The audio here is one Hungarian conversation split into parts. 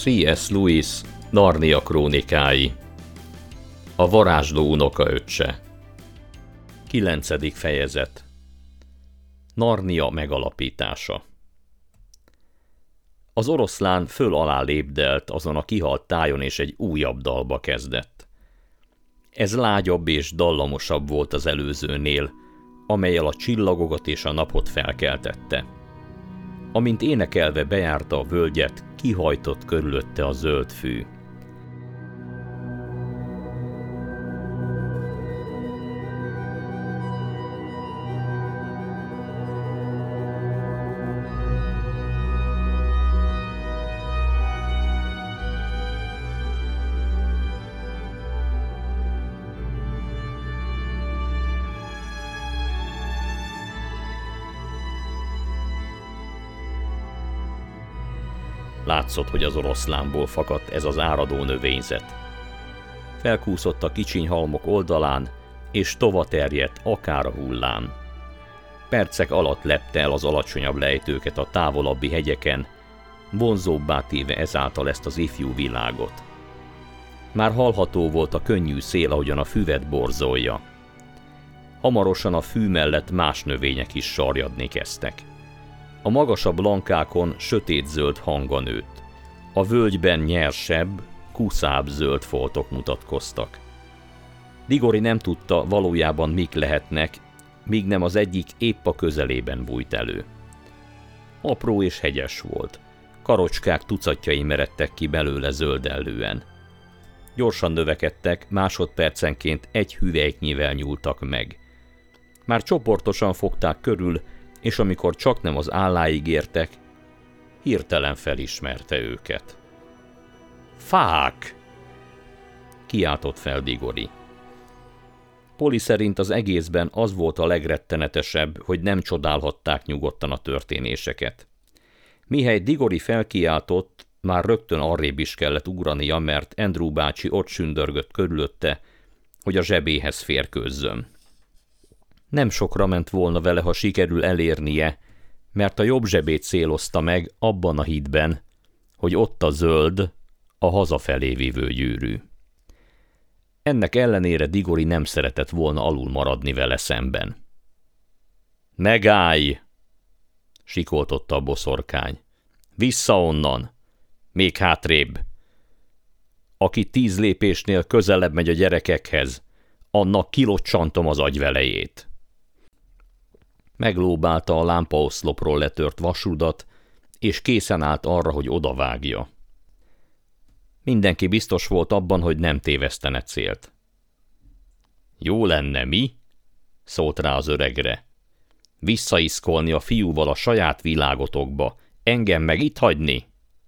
C.S. Lewis Narnia krónikái. A varázsló unokaöccse. 9. fejezet. Narnia megalapítása. Az oroszlán föl-alá lépdelt azon a kihalt tájon, és egy újabb dalba kezdett. Ez lágyabb és dallamosabb volt az előzőnél, amellyel a csillagokat és a napot felkeltette. Amint énekelve bejárta a völgyet, kihajtott körülötte a zöld fű. Látszott, hogy az oroszlánból fakadt ez az áradó növényzet. Felkúszott a kicsiny halmok oldalán, és tovaterjedt akár a hullám. Percek alatt lepte el az alacsonyabb lejtőket a távolabbi hegyeken, vonzóbbá téve ezáltal ezt az ifjú világot. Már hallható volt a könnyű szél, ahogyan a füvet borzolja. Hamarosan a fű mellett más növények is sarjadni kezdtek. A magasabb lankákon sötétzöld hanga nőtt. A völgyben nyersebb, kuszább zöld foltok mutatkoztak. Digori nem tudta valójában mik lehetnek, míg nem az egyik épp a közelében bújt elő. Apró és hegyes volt. Karocskák tucatjai meredtek ki belőle zöldellően. Gyorsan növekedtek, másodpercenként egy hüvelyknyivel nyúltak meg. Már csoportosan fogták körül, és amikor csaknem az álláig értek, hirtelen felismerte őket. Fák! Kiáltott fel Digori. Poli szerint az egészben az volt a legrettenetesebb, hogy nem csodálhatták nyugodtan a történéseket. Mihely Digori felkiáltott, már rögtön arrébb is kellett ugrania, mert Andrew bácsi ott sündörgött körülötte, hogy a zsebéhez férkőzzön. Nem sokra ment volna vele, ha sikerül elérnie, mert a jobb zsebét célozta meg abban a hitben, hogy ott a zöld, a hazafelé vívő gyűrű. Ennek ellenére Digori nem szeretett volna alul maradni vele szemben. Megállj! Sikoltotta a boszorkány. Vissza onnan! Még hátrébb! Aki 10 lépésnél közelebb megy a gyerekekhez, annak kilocsantom az agyvelejét. Meglóbálta a lámpaoszlopról letört vasrudat, és készen állt arra, hogy odavágja. Mindenki biztos volt abban, hogy nem tévesztene célt. Jó lenne, mi? Szólt rá az öregre. Visszaiszkolni a fiúval a saját világotokba, engem meg itt hagyni?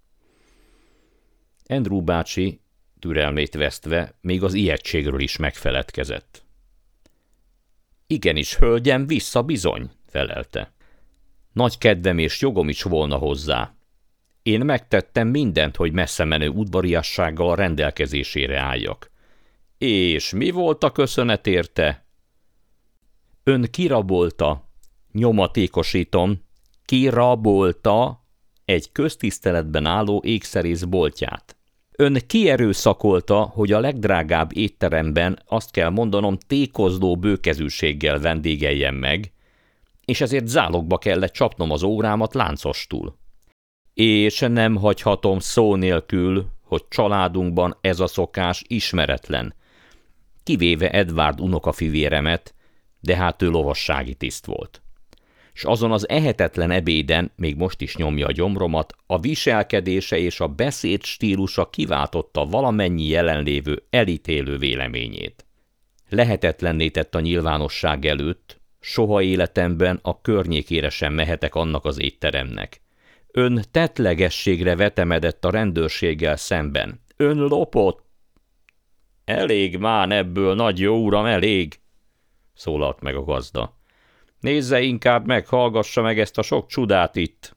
Andrew bácsi, türelmét vesztve, még az ijegységről is megfeledkezett. Igenis, hölgyem, vissza bizony, felelte. Nagy kedvem és jogom is volna hozzá. Én megtettem mindent, hogy messze menő udvariassággal a rendelkezésére álljak. És mi volt a köszönet érte? Ön kirabolta, nyomatékosítom, kirabolta egy köztiszteletben álló ékszerész boltját. Ön kierőszakolta, hogy a legdrágább étteremben, azt kell mondanom, tékozló bőkezűséggel vendégeljen meg, és ezért zálogba kellett csapnom az órámat láncostul. És nem hagyhatom szó nélkül, hogy családunkban ez a szokás ismeretlen, kivéve Edward unokafivéremet, de hát ő lovassági tiszt volt. S azon az ehetetlen ebéden, még most is nyomja a gyomromat, a viselkedése és a beszéd stílusa kiváltotta valamennyi jelenlévő elítélő véleményét. Lehetetlenné tett a nyilvánosság előtt, soha életemben a környékére sem mehetek annak az étteremnek. Ön tettlegességre vetemedett a rendőrséggel szemben. Ön lopott. Elég már ebből, nagy jó uram, elég, szólalt meg a gazda. Nézze inkább meg, hallgassa meg ezt a sok csodát itt.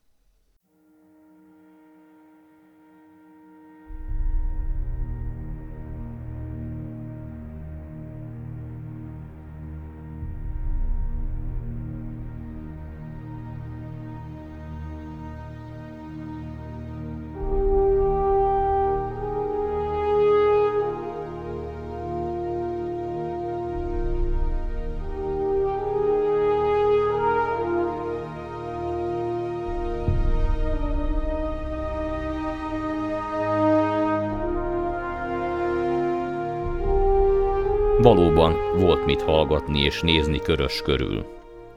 Valóban volt mit hallgatni és nézni körös körül.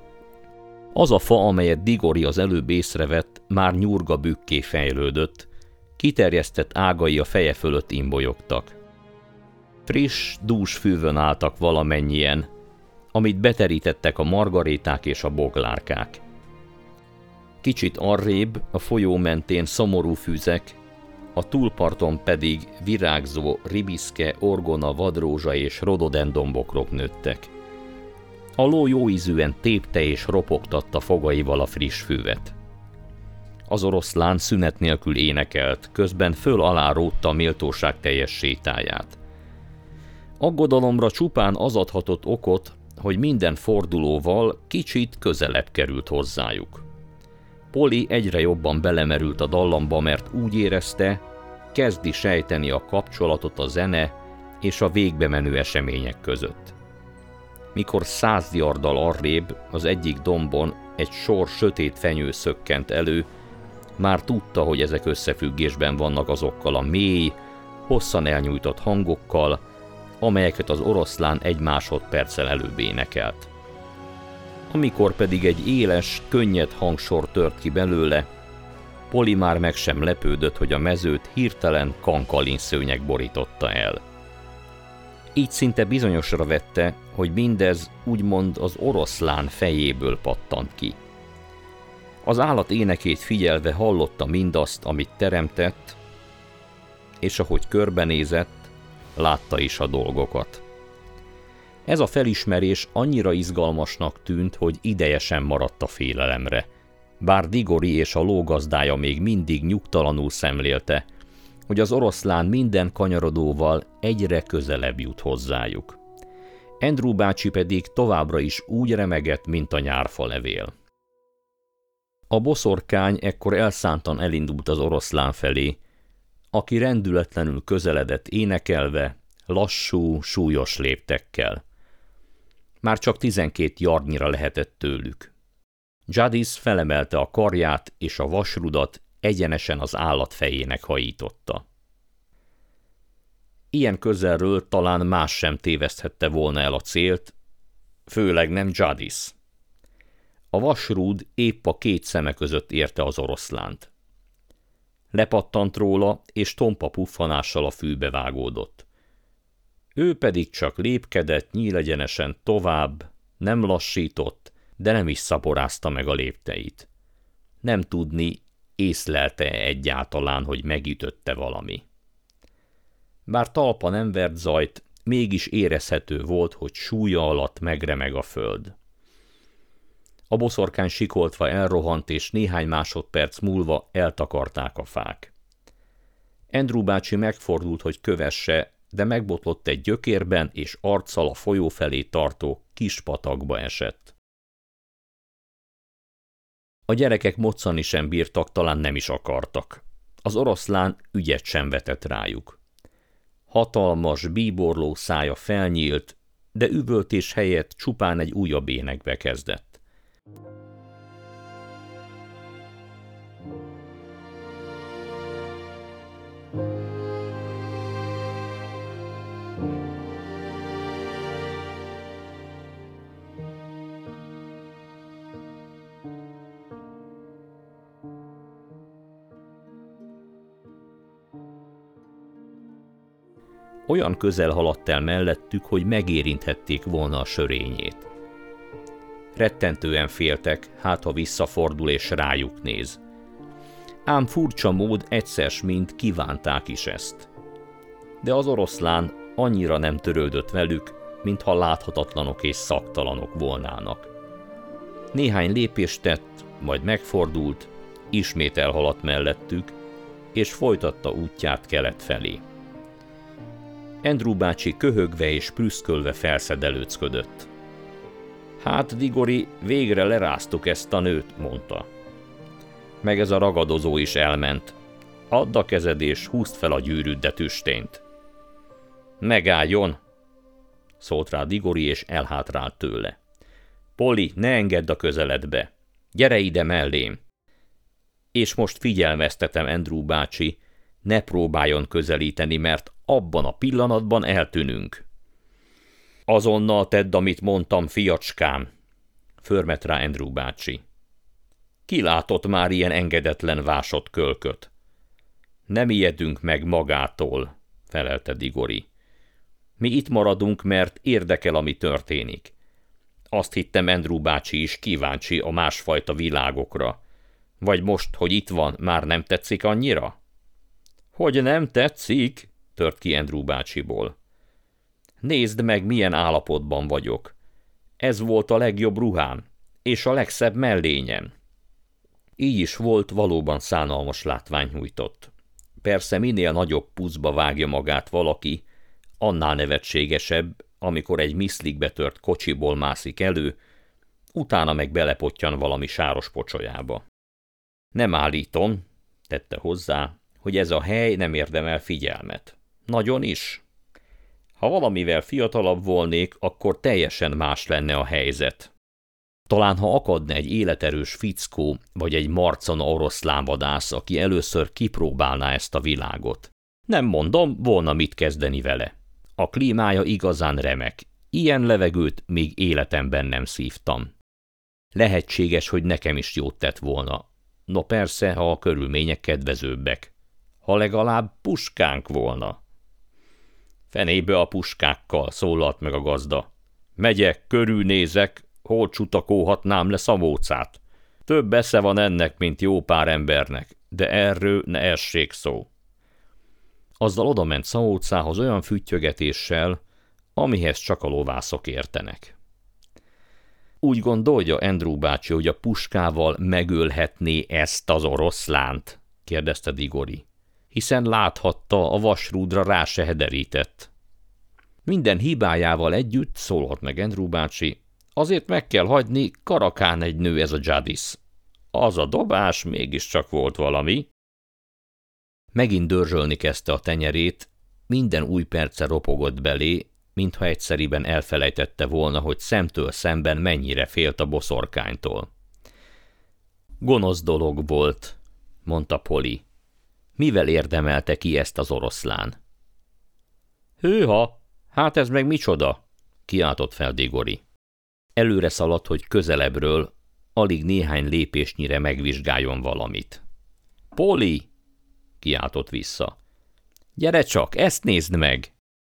Az a fa, amelyet Diggory az előbb észrevett, már nyurga bükké fejlődött, kiterjesztett ágai a feje fölött imbolyogtak. Friss, dús fűvön álltak valamennyien, amit beterítettek a margaréták és a boglárkák. Kicsit arrébb, a folyó mentén szomorú füzek, a túlparton pedig virágzó ribiszke, orgona, vadrózsa és rododendonbokrok nőttek. A ló jóízűen tépte és ropogtatta fogaival a friss füvet. Az oroszlán szünet nélkül énekelt, közben föl-alá rótta a méltóság teljes sétáját. Aggodalomra csupán az adhatott okot, hogy minden fordulóval kicsit közelebb került hozzájuk. Polly egyre jobban belemerült a dallamba, mert úgy érezte, kezdi sejteni a kapcsolatot a zene és a végbe menő események között. Mikor 100 yarddal arrébb az egyik dombon egy sor sötét fenyő szökkent elő, már tudta, hogy ezek összefüggésben vannak azokkal a mély, hosszan elnyújtott hangokkal, amelyeket az oroszlán egy másodperccel előbb énekelt. Amikor pedig egy éles, könnyed hangsor tört ki belőle, Polly már meg sem lepődött, hogy a mezőt hirtelen kankalin szőnyeg borította el. Így szinte bizonyosra vette, hogy mindez úgymond az oroszlán fejéből pattant ki. Az állat énekét figyelve hallotta mindazt, amit teremtett, és ahogy körbenézett, látta is a dolgokat. Ez a felismerés annyira izgalmasnak tűnt, hogy ideje sem maradt a félelemre, bár Diggory és a lógazdája még mindig nyugtalanul szemlélte, hogy az oroszlán minden kanyarodóval egyre közelebb jut hozzájuk. Andrew bácsi pedig továbbra is úgy remegett, mint a nyárfalevél. A boszorkány ekkor elszántan elindult az oroszlán felé, aki rendületlenül közeledett énekelve, lassú, súlyos léptekkel. Már csak 12 yardnyira lehetett tőlük. Jadis felemelte a karját, és a vasrudat egyenesen az állat fejének hajította. Ilyen közelről talán más sem téveszthette volna el a célt, főleg nem Jadis. A vasrúd épp a két szeme között érte az oroszlánt. Lepattant róla, és tompa puffanással a fűbe vágódott. Ő pedig csak lépkedett nyílegyenesen tovább, nem lassított, de nem is szaporázta meg a lépteit. Nem tudni, észlelte egyáltalán, hogy megütötte valami. Bár talpa nem vert zajt, mégis érezhető volt, hogy súlya alatt megremeg a föld. A boszorkány sikoltva elrohant, és néhány másodperc múlva eltakarták a fák. Andrew bácsi megfordult, hogy kövesse, de megbotlott egy gyökérben, és arccal a folyó felé tartó kis patakba esett. A gyerekek moccani sem bírtak, talán nem is akartak. Az oroszlán ügyet sem vetett rájuk. Hatalmas, bíborló szája felnyílt, de üvöltés helyett csupán egy újabb énekbe kezdett. Olyan közel haladt el mellettük, hogy megérinthették volna a sörényét. Rettentően féltek, hát ha visszafordul és rájuk néz. Ám furcsa mód egyszer mind kívánták is ezt. De az oroszlán annyira nem törődött velük, mintha láthatatlanok és szaktalanok volnának. Néhány lépést tett, majd megfordult, ismét elhaladt mellettük, és folytatta útját kelet felé. Andrew bácsi köhögve és prüszkölve felszedelőcködött. Hát, Diggory, végre leráztuk ezt a nőt, mondta. Meg ez a ragadozó is elment. Add a kezed és húzd fel a gyűrűd tüstént. Megálljon, szólt rá Diggory, és elhátrált tőle. Polly, ne engedd a közeledbe. Gyere ide mellém. És most figyelmeztetem, Andrew bácsi, ne próbáljon közelíteni, mert abban a pillanatban eltűnünk. Azonnal tedd, amit mondtam, fiacskám, förmet rá Andrew bácsi. Ki látott már ilyen engedetlen vásott kölköt? Nem ijedünk meg magától, felelte Diggory. Mi itt maradunk, mert érdekel, ami történik. Azt hittem, Andrew bácsi is kíváncsi a másfajta világokra. Vagy most, hogy itt van, már nem tetszik annyira? Hogy nem tetszik? Tört ki Andrew bácsiból. Nézd meg, milyen állapotban vagyok. Ez volt a legjobb ruhám, és a legszebb mellényem. Így is volt, valóban szánalmas látvány nyújtott. Persze minél nagyobb puszba vágja magát valaki, annál nevetségesebb, amikor egy miszlikbe tört kocsiból mászik elő, utána meg belepottyan valami sáros pocsolyába. Nem állítom, tette hozzá, hogy ez a hely nem érdemel figyelmet. Nagyon is. Ha valamivel fiatalabb volnék, akkor teljesen más lenne a helyzet. Talán ha akadna egy életerős fickó, vagy egy marcona oroszlánvadász, aki először kipróbálná ezt a világot. Nem mondom, volna mit kezdeni vele. A klímája igazán remek. Ilyen levegőt még életemben nem szívtam. Lehetséges, hogy nekem is jót tett volna. No persze, ha a körülmények kedvezőbbek. Ha legalább puskánk volna. Fenébe a puskákkal, szólalt meg a gazda. Megyek, körülnézek, hol csutakóhatnám le Szamócát. Több esze van ennek, mint jó pár embernek, de erről ne essék szó. Azzal odament Szamócához olyan füttyögetéssel, amihez csak a lovászok értenek. Úgy gondolja Andrew bácsi, hogy a puskával megölhetné ezt az oroszlánt? Kérdezte Diggory, hiszen láthatta, a vasrúdra rá se hederített. Minden hibájával együtt, szólhat meg Andrew bácsi, azért meg kell hagyni, karakán egy nő ez a Jadis. Az a dobás mégiscsak volt valami. Megint dörzsölni kezdte a tenyerét, minden új perce ropogott belé, mintha egyszeriben elfelejtette volna, hogy szemtől szemben mennyire félt a boszorkánytól. Gonosz dolog volt, mondta Polly. Mivel érdemelte ki ezt az oroszlán? Hűha, hát ez meg micsoda? Kiáltott fel Diggory. Előre szaladt, hogy közelebbről, alig néhány lépésnyire megvizsgáljon valamit. Polly! Kiáltott vissza. Gyere csak, ezt nézd meg!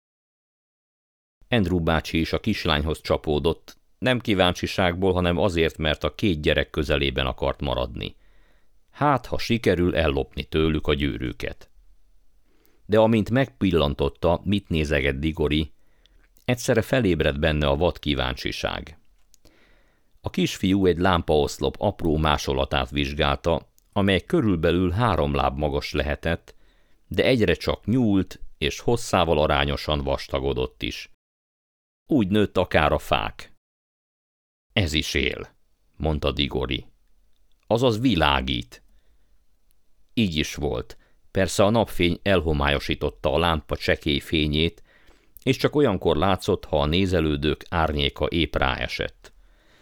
Andrew bácsi is a kislányhoz csapódott, nem kíváncsiságból, hanem azért, mert a két gyerek közelében akart maradni. Hát, ha sikerül ellopni tőlük a gyűrűket. De amint megpillantotta, mit nézeget Diggory, egyszerre felébredt benne a vad kíváncsiság. A kisfiú egy lámpaoszlop apró másolatát vizsgálta, amely körülbelül 3 láb magas lehetett, de egyre csak nyúlt, és hosszával arányosan vastagodott is. Úgy nőtt akár a fák. Ez is él, mondta Diggory. Azaz világít. Így is volt. Persze a napfény elhomályosította a lámpa csekély fényét, és csak olyankor látszott, ha a nézelődők árnyéka épp ráesett.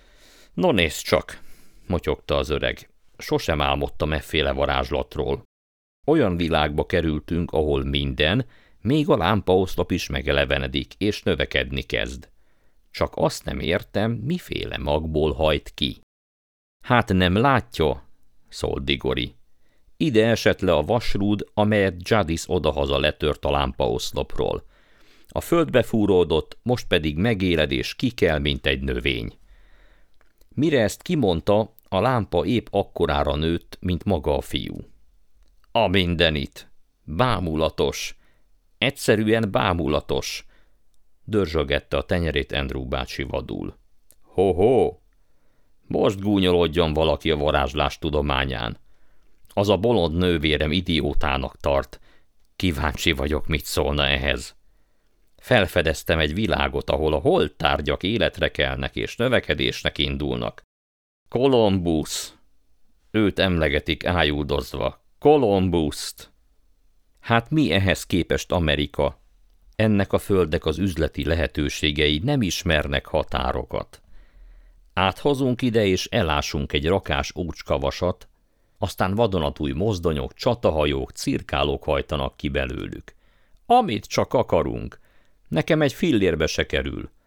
No nézd csak, motyogta az öreg. Sosem álmodtam efféle varázslatról. Olyan világba kerültünk, ahol minden, még a lámpaoszlop is megelevenedik, és növekedni kezd. Csak azt nem értem, miféle magból hajt ki. Hát nem látja, szólt Diggory. Ide esett le a vasrúd, amelyet Jadis odahaza letört a lámpaoszlopról. A földbe fúródott, most pedig megéled és kikel, mint egy növény. Mire ezt kimondta, a lámpa épp akkorára nőtt, mint maga a fiú. A mindenit! Bámulatos! Egyszerűen bámulatos! Dörzsögette a tenyerét Andrew bácsi vadul. Ho-ho! Most gúnyolodjon valaki a varázslás tudományán. Az a bolond nővérem idiótának tart. Kíváncsi vagyok, mit szólna ehhez. Felfedeztem egy világot, ahol a holttárgyak életre kelnek és növekedésnek indulnak. Kolumbusz! Őt emlegetik ájuldozva. Kolumbuszt! Hát mi ehhez képest Amerika? Ennek a földnek az üzleti lehetőségei nem ismernek határokat. Áthozunk ide és elásunk egy rakás ócskavasat, aztán vadonatúj mozdonyok, csatahajók, cirkálók hajtanak ki belőlük. Amit csak akarunk. Nekem egy fillérbe se kerül.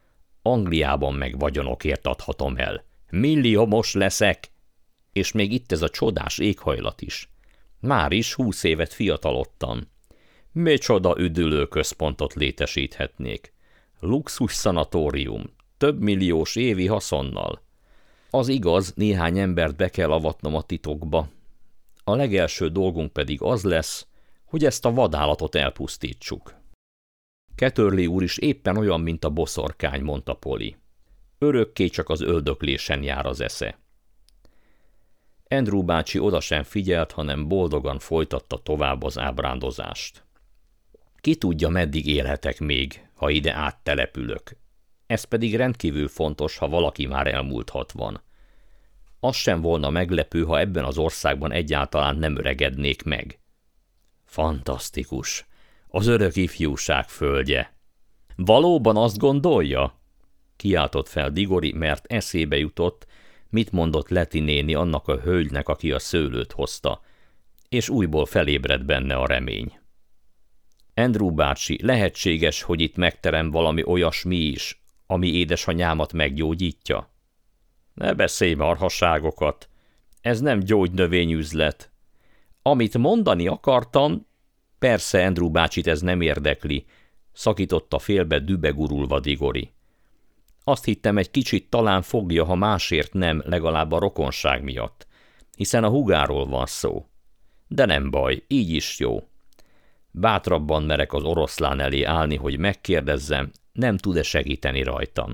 Angliában meg vagyonokért adhatom el. Milliómos leszek! És még itt ez a csodás éghajlat is. Már is 20 évet fiatalodtam. Micsoda üdülőközpontot létesíthetnék. Luxus szanatórium, több milliós évi haszonnal. Az igaz, néhány embert be kell avatnom a titokba. A legelső dolgunk pedig az lesz, hogy ezt a vadállatot elpusztítsuk. Ketörli úr is éppen olyan, mint a boszorkány, mondta Polly. Örökké csak az öldöklésen jár az esze. Andrew bácsi oda sem figyelt, hanem boldogan folytatta tovább az ábrándozást. Ki tudja, meddig élhetek még, ha ide áttelepülök. Ez pedig rendkívül fontos, ha valaki már elmúlt 60. Az sem volna meglepő, ha ebben az országban egyáltalán nem öregednék meg. Fantasztikus! Az örök ifjúság földje! Valóban azt gondolja? Kiáltott fel Diggory, mert eszébe jutott, mit mondott Leti néni annak a hölgynek, aki a szőlőt hozta, és újból felébredt benne a remény. Andrew bácsi, lehetséges, hogy itt megterem valami olyasmi is, ami édesanyámat meggyógyítja? Ne beszélj marhaságokat, ez nem gyógynövényüzlet. Amit mondani akartam, persze Andrew bácsit ez nem érdekli, szakította félbe dübegurulva Diggory. Azt hittem, egy kicsit talán fogja, ha másért nem, legalább a rokonság miatt, hiszen a húgáról van szó. De nem baj, így is jó. Bátrabban merek az oroszlán elé állni, hogy megkérdezzem, nem tud-e segíteni rajtam.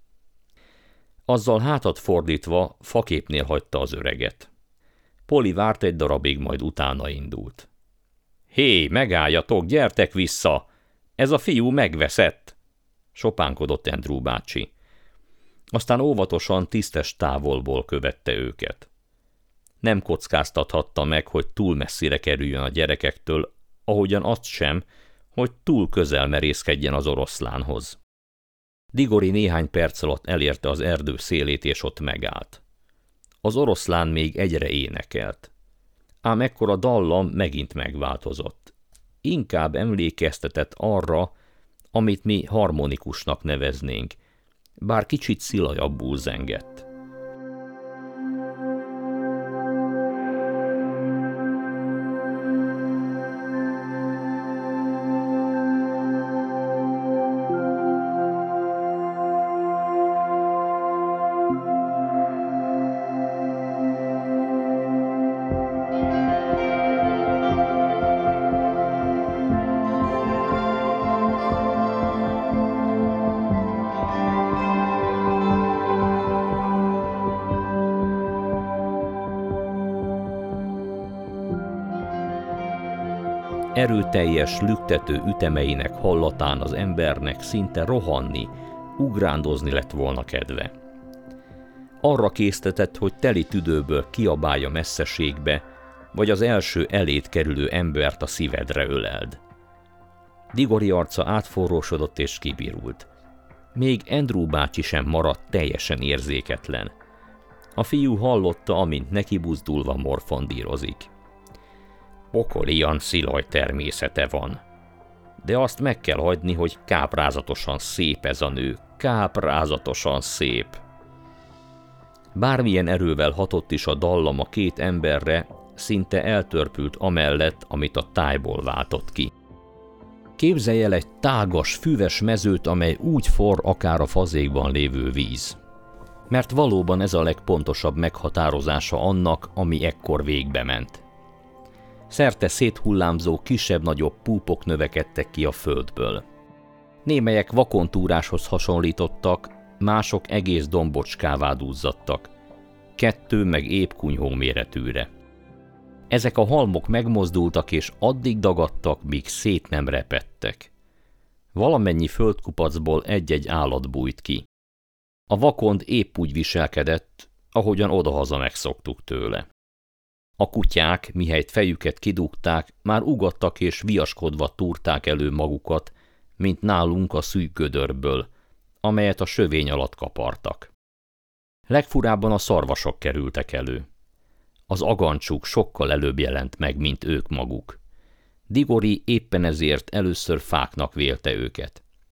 Azzal hátat fordítva faképnél hagyta az öreget. Polly várt egy darabig, majd utána indult. Hé, megálljatok, gyertek vissza! Ez a fiú megveszett! Sopánkodott Andrew bácsi. Aztán óvatosan, tisztes távolból követte őket. Nem kockáztathatta meg, hogy túl messzire kerüljön a gyerekektől, ahogyan azt sem, hogy túl közel merészkedjen az oroszlánhoz. Diggory néhány perc alatt elérte az erdő szélét, és ott megállt. Az oroszlán még egyre énekelt. Ám ekkor a dallam megint megváltozott. Inkább emlékeztetett arra, amit mi harmonikusnak neveznénk, bár kicsit szilajabbul zengett. Erőteljes, lüktető ütemeinek hallatán az embernek szinte rohanni, ugrándozni lett volna kedve. Arra késztetett, hogy teli tüdőből kiabálja messzeségbe, vagy az első elét kerülő embert a szívedre öleld. Diggory arca átforrósodott és kibirult. Még Andrew bácsi sem maradt teljesen érzéketlen. A fiú hallotta, amint nekibuzdulva morfondírozik. Pokolian szilaj természete van. De azt meg kell hagyni, hogy káprázatosan szép ez a nő, káprázatosan szép. Bármilyen erővel hatott is a dallam a két emberre, szinte eltörpült amellett, amit a tájból váltott ki. Képzelj el egy tágas, füves mezőt, amely úgy forr akár a fazékban lévő víz. Mert valóban ez a legpontosabb meghatározása annak, ami ekkor végbe ment. Szerte széthullámzó kisebb-nagyobb púpok növekedtek ki a földből. Némelyek vakontúráshoz hasonlítottak, mások egész dombocskává duzzadtak, 2 meg épp kunyhó méretűre. Ezek a halmok megmozdultak és addig dagadtak, míg szét nem repedtek. Valamennyi földkupacból egy-egy állat bújt ki. A vakond épp úgy viselkedett, ahogyan odahaza megszoktuk tőle. A kutyák, mihelyt fejüket kidugták, már ugattak és viaskodva túrták elő magukat, mint nálunk a szűk gödörből, amelyet a sövény alatt kapartak. Legfurábban a szarvasok kerültek elő. Az agancsuk sokkal előbb jelent meg, mint ők maguk. Diggory éppen ezért először fáknak vélte őket.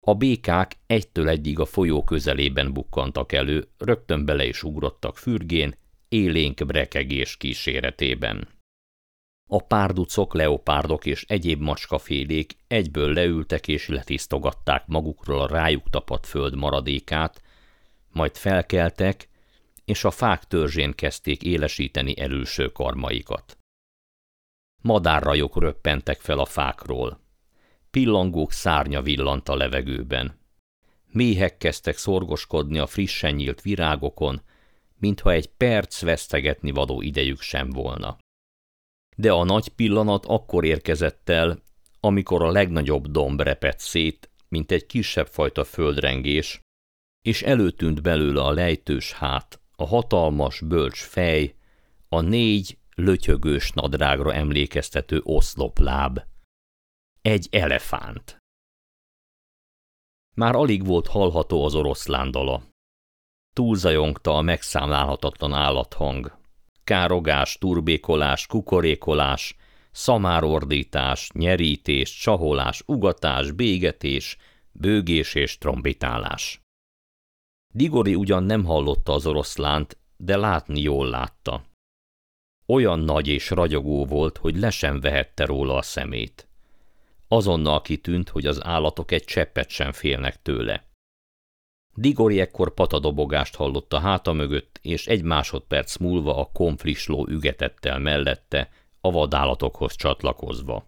A békák egytől egyig a folyó közelében bukkantak elő, rögtön bele is ugrottak fürgén, élénk brekegés kíséretében. A párducok, leopárdok és egyéb macskafélék egyből leültek és letisztogatták magukról a rájuk tapadt föld maradékát, majd felkeltek, és a fák törzsén kezdték élesíteni elülső karmaikat. Madárrajok röppentek fel a fákról. Pillangók szárnya villant a levegőben. Méhek kezdtek szorgoskodni a frissen nyílt virágokon, mintha egy perc vesztegetni való idejük sem volna. De a nagy pillanat akkor érkezett el, amikor a legnagyobb domb repett szét, mint egy kisebb fajta földrengés, és előtűnt belőle a lejtős hát, a hatalmas, bölcs fej, a 4 lötyögős nadrágra emlékeztető oszlopláb. Egy elefánt. Már alig volt hallható az oroszlán dala. Túlzajongta a megszámlálhatatlan állathang. Károgás, turbékolás, kukorékolás, szamárordítás, nyerítés, csaholás, ugatás, bégetés, bőgés és trombitálás. Digori ugyan nem hallotta az oroszlánt, de látni jól látta. Olyan nagy és ragyogó volt, hogy le sem vehette róla a szemét. Azonnal kitűnt, hogy az állatok egy cseppet sem félnek tőle. Digori ekkor patadobogást hallott a háta mögött, és 1 másodperc múlva a konflisló ügetett el mellette, a vadállatokhoz csatlakozva.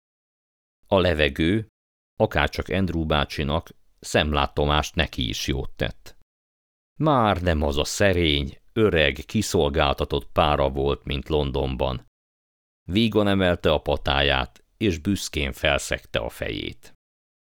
A levegő, akárcsak Andrew bácsinak, szemlátomást neki is jót tett. Már nem az a szerény, öreg, kiszolgáltatott pára volt, mint Londonban. Vígan emelte a patáját, és büszkén felszegte a fejét.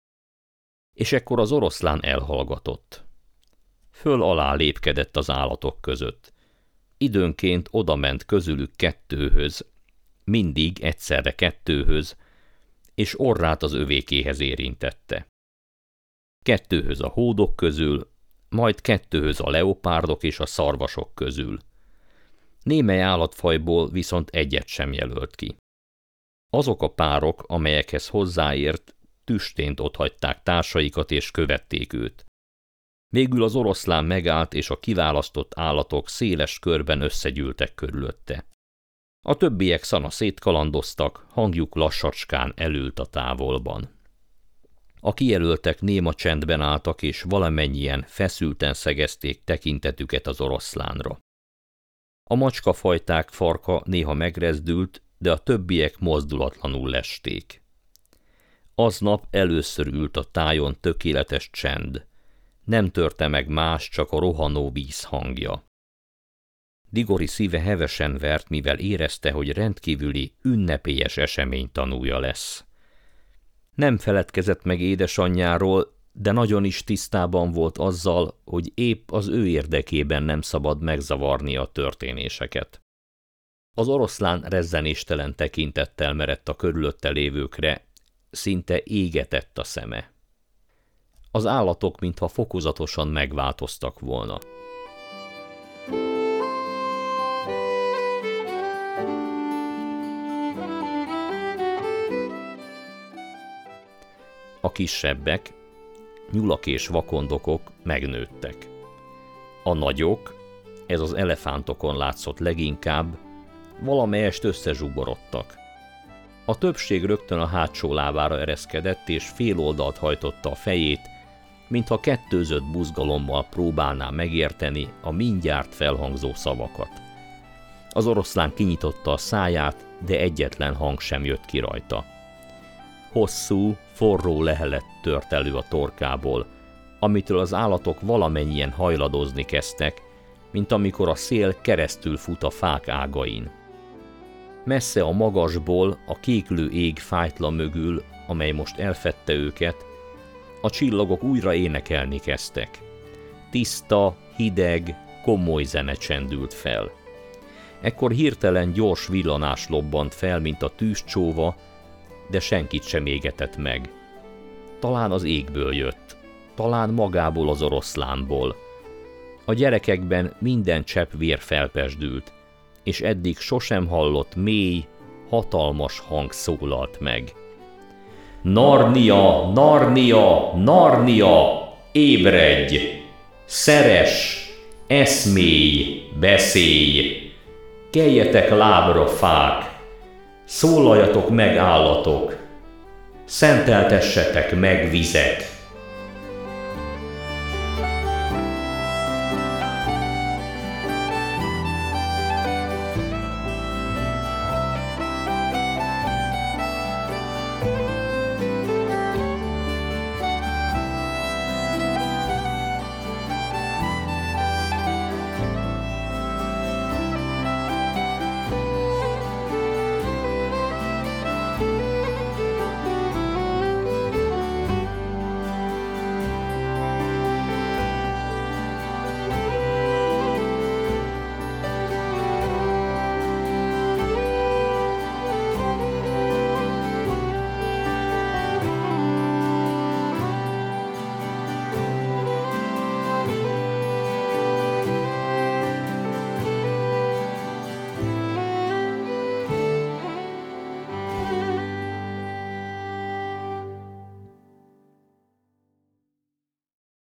És ekkor az oroszlán elhallgatott. Föl-alá lépkedett az állatok között. Időnként odament közülük 2-höz, mindig egyszerre 2-höz, és orrát az övékéhez érintette. 2-höz a hódok közül, majd 2-höz a leopárdok és a szarvasok közül. Némely állatfajból viszont egyet sem jelölt ki. Azok a párok, amelyekhez hozzáért, tüstént otthagyták társaikat és követték őt. Végül az oroszlán megállt, és a kiválasztott állatok széles körben összegyűltek körülötte. A többiek szana szétkalandoztak, hangjuk lassacskán elült a távolban. A kijelöltek néma csendben álltak, és valamennyien feszülten szegezték tekintetüket az oroszlánra. A macskafajták farka néha megrezdült, de a többiek mozdulatlanul lesték. Aznap először ült a tájon tökéletes csend. Nem törte meg más, csak a rohanó víz hangja. Digori szíve hevesen vert, mivel érezte, hogy rendkívüli, ünnepélyes esemény tanúja lesz. Nem feledkezett meg édesanyjáról, de nagyon is tisztában volt azzal, hogy épp az ő érdekében nem szabad megzavarni a történéseket. Az oroszlán rezzenéstelen tekintettel merett a körülötte lévőkre, szinte égetett a szeme. Az állatok mintha fokozatosan megváltoztak volna. A kisebbek, nyulak és vakondokok megnőttek. A nagyok, ez az elefántokon látszott leginkább, valamelyest összezsugorodtak. A többség rögtön a hátsó lábára ereszkedett, és féloldalt hajtotta a fejét, mintha kettőzött buzgalommal próbálná megérteni a mindjárt felhangzó szavakat. Az oroszlán kinyitotta a száját, de egyetlen hang sem jött ki rajta. Hosszú, forró lehelet tört elő a torkából, amitől az állatok valamennyien hajladozni kezdtek, mint amikor a szél keresztül fut a fák ágain. Messze a magasból, a kéklő ég fájtla mögül, amely most elfedte őket, a csillagok újra énekelni kezdtek. Tiszta, hideg, komoly zene csendült fel. Ekkor hirtelen gyors villanás lobbant fel, mint a tűzcsóva, de senkit sem égetett meg. Talán az égből jött, talán magából az oroszlánból. A gyerekekben minden csepp vér felpesdült, és eddig sosem hallott mély, hatalmas hang szólalt meg. Narnia, Narnia, Narnia, ébredj! Szeress, eszmélj, beszélj! Keljetek lábra, fák! Szólaljatok meg, állatok! Szenteltessetek meg, vizek!